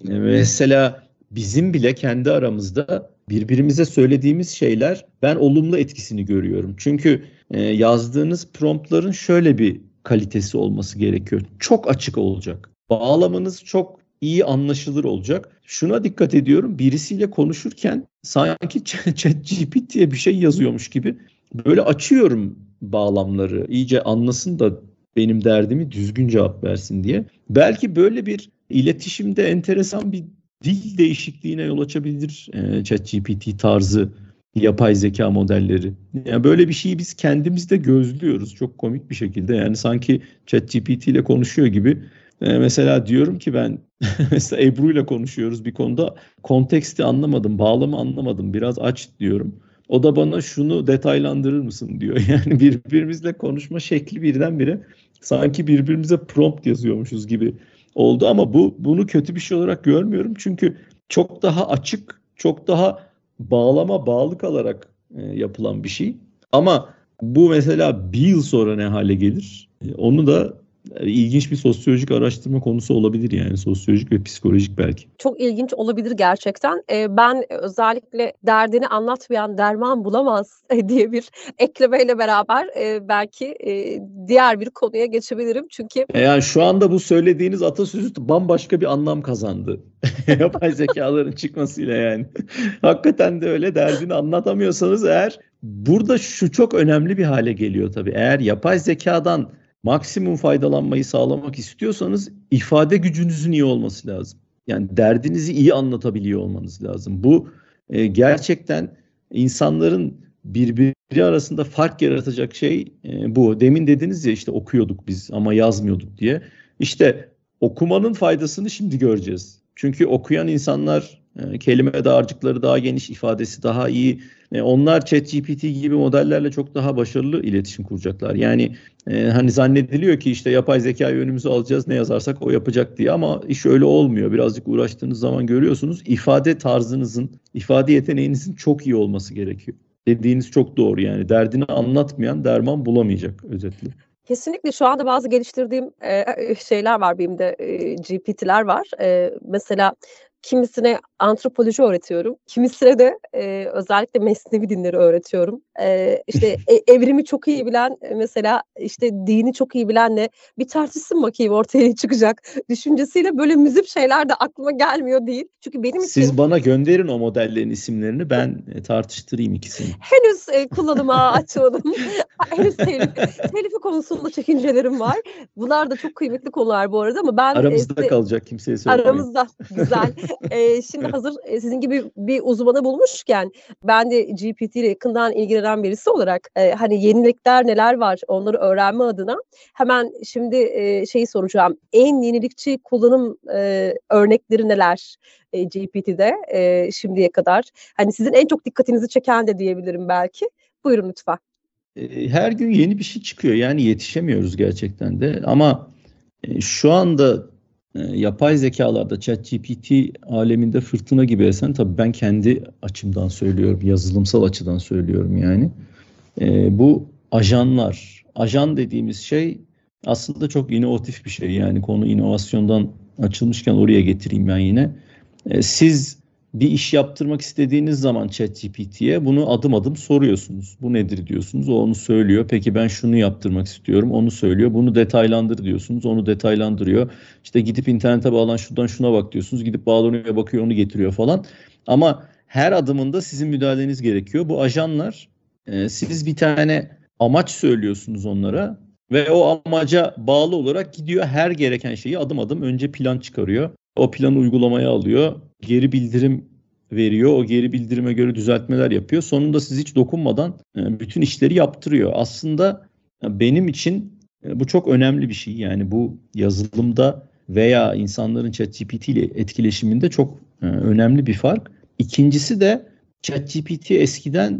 Speaker 3: mesela bizim bile kendi aramızda birbirimize söylediğimiz şeyler, ben olumlu etkisini görüyorum. Çünkü e, yazdığınız promptların şöyle bir kalitesi olması gerekiyor. Çok açık olacak. Bağlamınız çok iyi anlaşılır olacak. Şuna dikkat ediyorum. Birisiyle konuşurken sanki ChatGPT'ye bir şey yazıyormuş gibi böyle açıyorum bağlamları. İyice anlasın da benim derdimi düzgün cevap versin diye. Belki böyle bir iletişimde enteresan bir dil değişikliğine yol açabilir e, ChatGPT tarzı yapay zeka modelleri. Yani böyle bir şeyi biz kendimizde gözlüyoruz çok komik bir şekilde. Yani sanki ChatGPT ile konuşuyor gibi. E, mesela diyorum ki ben mesela Ebru ile konuşuyoruz bir konuda, konteksti anlamadım, bağlamı anlamadım, biraz aç diyorum. O da bana şunu detaylandırır mısın diyor. Yani birbirimizle konuşma şekli birdenbire sanki birbirimize prompt yazıyormuşuz gibi oldu. Ama bu bunu kötü bir şey olarak görmüyorum. Çünkü çok daha açık, çok daha bağlama bağlı kalarak e, yapılan bir şey. Ama bu mesela bir yıl sonra ne hale gelir? E, onu da ilginç bir sosyolojik araştırma konusu olabilir yani sosyolojik ve psikolojik belki.
Speaker 2: Çok ilginç olabilir gerçekten. Ee, ben özellikle derdini anlatmayan derman bulamaz diye bir eklemeyle beraber e, belki e, diğer bir konuya geçebilirim. Çünkü
Speaker 3: yani şu anda bu söylediğiniz atasözü bambaşka bir anlam kazandı. Yapay zekaların çıkmasıyla yani. Hakikaten de öyle, derdini anlatamıyorsanız eğer, burada şu çok önemli bir hale geliyor tabii. Eğer yapay zekadan maksimum faydalanmayı sağlamak istiyorsanız ifade gücünüzün iyi olması lazım. Yani derdinizi iyi anlatabiliyor olmanız lazım. Bu e, gerçekten insanların birbiri arasında fark yaratacak şey e, bu. Demin dediniz ya işte okuyorduk biz ama yazmıyorduk diye. İşte okumanın faydasını şimdi göreceğiz. Çünkü okuyan insanlar e, kelime dağarcıkları daha geniş, ifadesi daha iyi. E, onlar ChatGPT gibi modellerle çok daha başarılı iletişim kuracaklar. Yani e, hani zannediliyor ki işte yapay zekayı önümüze alacağız, ne yazarsak o yapacak diye, ama iş öyle olmuyor. Birazcık uğraştığınız zaman görüyorsunuz, ifade tarzınızın, ifade yeteneğinizin çok iyi olması gerekiyor. Dediğiniz çok doğru yani, derdini anlatmayan derman bulamayacak özetle.
Speaker 2: Kesinlikle şu anda bazı geliştirdiğim e, şeyler var benim de, e, G P T'ler var. E, mesela kimisine antropoloji öğretiyorum, kimisine de e, özellikle mesnevi dinleri öğretiyorum. E, işte e, evrimi çok iyi bilen, e, mesela işte dini çok iyi bilenle bir tartışsın bakayım ortaya ne çıkacak düşüncesiyle böyle müzip şeyler de aklıma gelmiyor değil. Çünkü benim için
Speaker 3: Siz bana gönderin o modellerin isimlerini, ben e, tartıştırayım ikisini.
Speaker 2: henüz e, kullanıma açmadım. Henüz telif, telifi konusunda çekincelerim var. Bunlar da çok kıymetli konular bu arada, ama ben
Speaker 3: Aramızda
Speaker 2: e,
Speaker 3: kalacak, kimseye söylemeyin.
Speaker 2: aramızda güzel. E, şimdi hazır e, sizin gibi bir uzmanı bulmuşken, ben de G P T ile yakından ilgilenen birisi olarak e, hani yenilikler neler var onları öğrenme adına hemen şimdi e, şeyi soracağım. En yenilikçi kullanım e, örnekleri neler e, G P T'de e, şimdiye kadar? Hani sizin en çok dikkatinizi çeken de diyebilirim belki. Buyurun lütfen.
Speaker 3: Her gün yeni bir şey çıkıyor yani, yetişemiyoruz gerçekten de, ama şu anda yapay zekalarda, ChatGPT aleminde fırtına gibi esen, tabii ben kendi açımdan söylüyorum, yazılımsal açıdan söylüyorum yani. Bu ajanlar, ajan dediğimiz şey aslında çok inovatif bir şey. Yani konu inovasyondan açılmışken oraya getireyim ben yine. Siz bir iş yaptırmak istediğiniz zaman ChatGPT'ye bunu adım adım soruyorsunuz. Bu nedir diyorsunuz, o onu söylüyor. Peki ben şunu yaptırmak istiyorum, onu söylüyor. Bunu detaylandır diyorsunuz, onu detaylandırıyor. İşte gidip internete bağlan, şuradan şuna bak diyorsunuz. Gidip bağlanıyor, bakıyor, onu getiriyor falan. Ama her adımında sizin müdahaleniz gerekiyor. Bu ajanlar, e, siz bir tane amaç söylüyorsunuz onlara ve o amaca bağlı olarak gidiyor, her gereken şeyi adım adım önce plan çıkarıyor. O planı uygulamaya alıyor, geri bildirim veriyor, o geri bildirime göre düzeltmeler yapıyor. Sonunda siz hiç dokunmadan bütün işleri yaptırıyor. Aslında benim için bu çok önemli bir şey. Yani bu yazılımda veya insanların ChatGPT ile etkileşiminde çok önemli bir fark. İkincisi de ChatGPT eskiden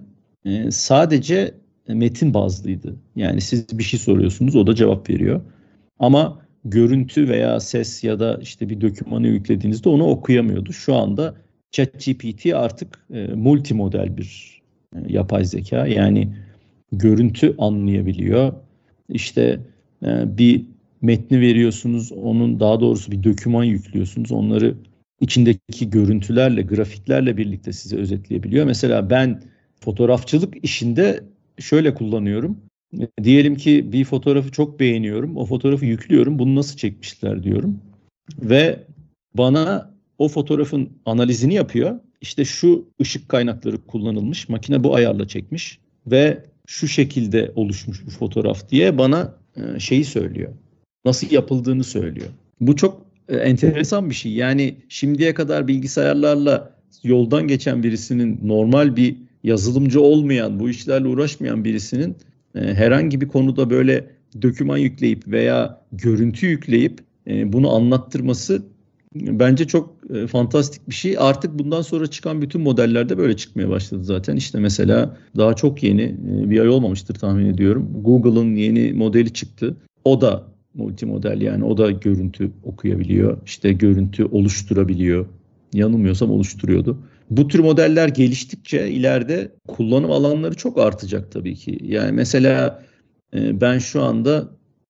Speaker 3: sadece metin bazlıydı. Yani siz bir şey soruyorsunuz, o da cevap veriyor. Ama görüntü veya ses ya da işte bir dokümanı yüklediğinizde onu okuyamıyordu. Şu anda ChatGPT artık e, multimodel bir e, yapay zeka. Yani görüntü anlayabiliyor. İşte e, bir metni veriyorsunuz, onun daha doğrusu bir doküman yüklüyorsunuz. Onları içindeki görüntülerle, grafiklerle birlikte size özetleyebiliyor. Mesela ben fotoğrafçılık işinde şöyle kullanıyorum. Diyelim ki bir fotoğrafı çok beğeniyorum. O fotoğrafı yüklüyorum. Bunu nasıl çekmişler diyorum. Ve bana o fotoğrafın analizini yapıyor. İşte şu ışık kaynakları kullanılmış. Makine bu ayarla çekmiş. Ve şu şekilde oluşmuş bu fotoğraf diye bana şeyi söylüyor. Nasıl yapıldığını söylüyor. Bu çok enteresan bir şey. Yani şimdiye kadar bilgisayarlarla yoldan geçen birisinin, normal bir yazılımcı olmayan, bu işlerle uğraşmayan birisinin herhangi bir konuda böyle doküman yükleyip veya görüntü yükleyip bunu anlattırması bence çok fantastik bir şey. Artık bundan sonra çıkan bütün modellerde böyle çıkmaya başladı zaten. İşte mesela daha çok yeni, bir ay olmamıştır tahmin ediyorum, Google'ın yeni modeli çıktı. O da multimodel, yani o da görüntü okuyabiliyor. İşte görüntü oluşturabiliyor. Yanılmıyorsam oluşturuyordu. Bu tür modeller geliştikçe ileride kullanım alanları çok artacak tabii ki. Yani mesela ben şu anda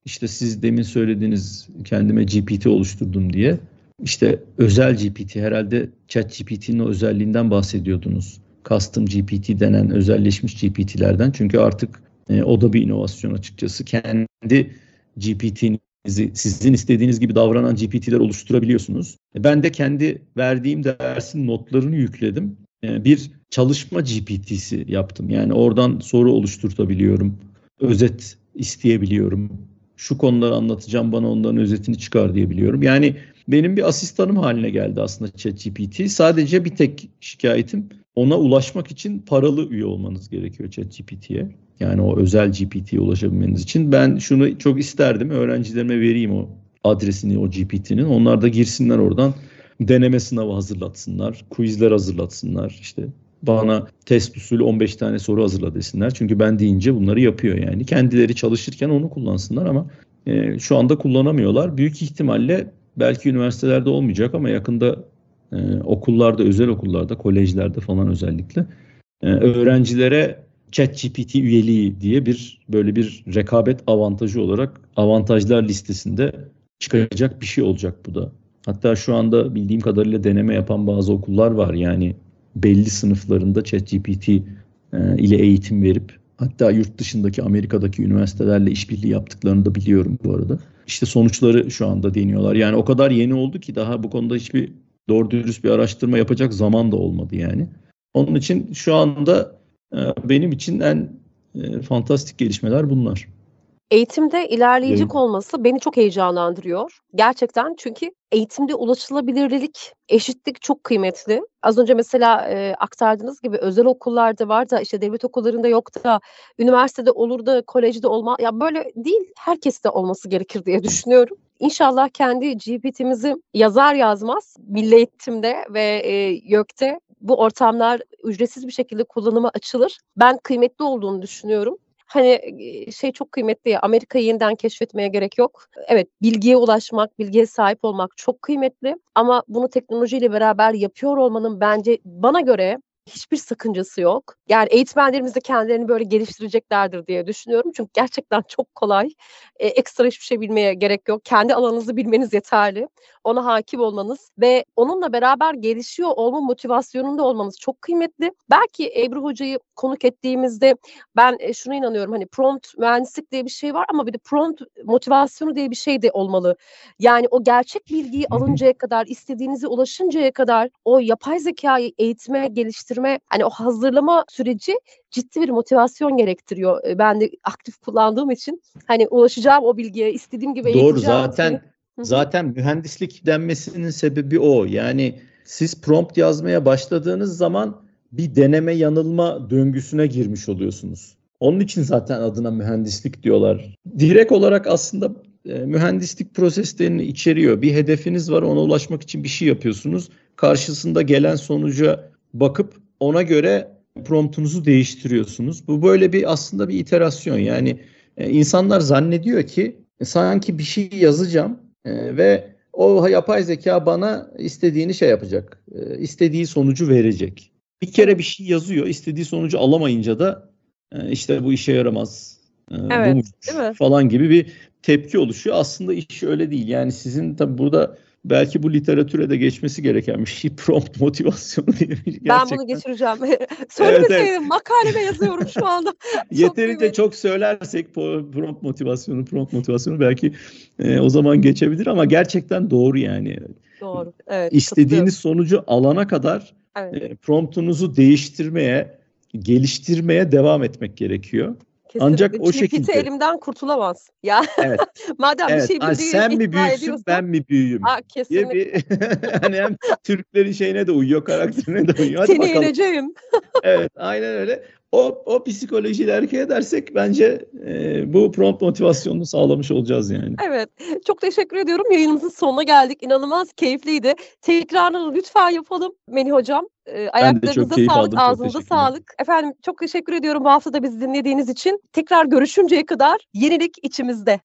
Speaker 3: İşte siz demin söylediğiniz kendime G P T oluşturdum diye. İşte özel G P T, herhalde ChatGPT'nin o özelliğinden bahsediyordunuz. Custom G P T denen özelleşmiş G P T'lerden. Çünkü artık e, o da bir inovasyon açıkçası. Kendi G P T'nizi sizin istediğiniz gibi davranan G P T'ler oluşturabiliyorsunuz. E, ben de kendi verdiğim dersin notlarını yükledim. E, bir çalışma G P T'si yaptım. Yani oradan soru oluşturtabiliyorum. Özet isteyebiliyorum. Şu konuları anlatacağım, bana onların özetini çıkar diyebiliyorum. Yani benim bir asistanım haline geldi aslında ChatGPT. Sadece bir tek şikayetim, ona ulaşmak için paralı üye olmanız gerekiyor ChatGPT'ye. Yani o özel G P T'ye ulaşabilmeniz için. Ben şunu çok isterdim, öğrencilerime vereyim o adresini o G P T'nin. Onlar da girsinler oradan, deneme sınavı hazırlatsınlar, quizler hazırlatsınlar. İşte bana test usulü on beş tane soru hazırla desinler. Çünkü ben deyince bunları yapıyor yani. Kendileri çalışırken onu kullansınlar ama e, şu anda kullanamıyorlar. Büyük ihtimalle belki üniversitelerde olmayacak ama yakında e, okullarda, özel okullarda, kolejlerde falan özellikle e, öğrencilere ChatGPT üyeliği diye bir böyle bir rekabet avantajı olarak avantajlar listesinde çıkacak bir şey olacak bu da. Hatta şu anda bildiğim kadarıyla deneme yapan bazı okullar var. Yani belli sınıflarında ChatGPT e, ile eğitim verip hatta yurt dışındaki Amerika'daki üniversitelerle işbirliği yaptıklarını da biliyorum bu arada. İşte sonuçları şu anda deniyorlar. Yani o kadar yeni oldu ki daha bu konuda hiçbir doğru dürüst bir araştırma yapacak zaman da olmadı yani. Onun için şu anda e, benim için en e, fantastik gelişmeler bunlar.
Speaker 2: Eğitimde ilerleyecek olması beni çok heyecanlandırıyor. Gerçekten, çünkü eğitimde ulaşılabilirlik, eşitlik çok kıymetli. Az önce mesela e, aktardığınız gibi özel okullarda var da işte devlet okullarında yok da üniversitede olur da kolejde olma, ya böyle değil, herkeste olması gerekir diye düşünüyorum. İnşallah kendi G P T'mizi yazar yazmaz Milli Eğitim'de ve e, YÖK'te bu ortamlar ücretsiz bir şekilde kullanıma açılır. Ben kıymetli olduğunu düşünüyorum. Hani şey çok kıymetli ya, Amerika'yı yeniden keşfetmeye gerek yok. Evet, bilgiye ulaşmak, bilgiye sahip olmak çok kıymetli. Ama bunu teknolojiyle beraber yapıyor olmanın bence bana göre hiçbir sakıncası yok. Yani eğitmenlerimiz de kendilerini böyle geliştireceklerdir diye düşünüyorum. Çünkü gerçekten çok kolay. E, ekstra hiçbir şey bilmeye gerek yok. Kendi alanınızı bilmeniz yeterli. Ona hakim olmanız ve onunla beraber gelişiyor olma motivasyonunda olmanız çok kıymetli. Belki Ebru Hoca'yı konuk ettiğimizde ben e, şuna inanıyorum. Hani prompt mühendislik diye bir şey var ama bir de prompt motivasyonu diye bir şey de olmalı. Yani o gerçek bilgiyi alıncaya kadar, istediğinize ulaşıncaya kadar o yapay zekayı eğitme, geliştirme, hani o hazırlama süreci ciddi bir motivasyon gerektiriyor. Ben de aktif kullandığım için hani ulaşacağım o bilgiye, istediğim gibi
Speaker 3: Doğru,
Speaker 2: eğiteceğim.
Speaker 3: zaten zaten mühendislik denmesinin sebebi o. Yani siz prompt yazmaya başladığınız zaman bir deneme yanılma döngüsüne girmiş oluyorsunuz. Onun için zaten adına mühendislik diyorlar. Direkt olarak aslında e, mühendislik proseslerini içeriyor. Bir hedefiniz var, ona ulaşmak için bir şey yapıyorsunuz. Karşısında gelen sonuca bakıp ona göre promptunuzu değiştiriyorsunuz. Bu böyle bir aslında bir iterasyon. Yani e, insanlar zannediyor ki e, sanki bir şey yazacağım e, ve o yapay zeka bana istediğini şey yapacak. E, istediği sonucu verecek. Bir kere bir şey yazıyor, istediği sonucu alamayınca da e, işte bu işe yaramaz. E,
Speaker 2: Evet,
Speaker 3: bu
Speaker 2: değil mi?
Speaker 3: falan gibi bir tepki oluşuyor. Aslında iş öyle değil. Yani sizin tabii burada belki bu literatüre de geçmesi gereken bir şey, prompt motivasyonu diye bir şey.
Speaker 2: Ben bunu geçireceğim. Söylemeseydim, evet, evet. Makaleme yazıyorum şu anda.
Speaker 3: Yeterince çok, çok söylersek prompt motivasyonu, prompt motivasyonu belki e, o zaman geçebilir ama gerçekten doğru yani.
Speaker 2: Doğru. Evet.
Speaker 3: İstediğiniz sonucu alana kadar
Speaker 2: evet.
Speaker 3: e, promptunuzu değiştirmeye, geliştirmeye devam etmek gerekiyor.
Speaker 2: Kesinlikle.
Speaker 3: Ancak o
Speaker 2: G P T
Speaker 3: şekilde
Speaker 2: elimden kurtulamaz. Ya evet. Madem evet. bir şey bildiğini
Speaker 3: sen mi büyüksün
Speaker 2: ediyorsan,
Speaker 3: ben mi büyüğüm?
Speaker 2: Aa, kesinlikle.
Speaker 3: Bir, hani hem Türklerin şeyine de uyuyor, karakterine de uyuyor. Hadi
Speaker 2: Seni
Speaker 3: bakalım.
Speaker 2: yeneceğim.
Speaker 3: Evet, aynen öyle. O, o psikolojiyle hareket edersek bence e, bu prompt motivasyonunu sağlamış olacağız yani.
Speaker 2: Evet. Çok teşekkür ediyorum. Yayınımızın sonuna geldik. İnanılmaz keyifliydi. Tekrarını lütfen yapalım Melih Hocam. E, ayaklarınıza sağlık, aldım, ağzınıza sağlık. Efendim çok teşekkür ediyorum bu hafta da bizi dinlediğiniz için. Tekrar görüşünceye kadar yenilik içimizde.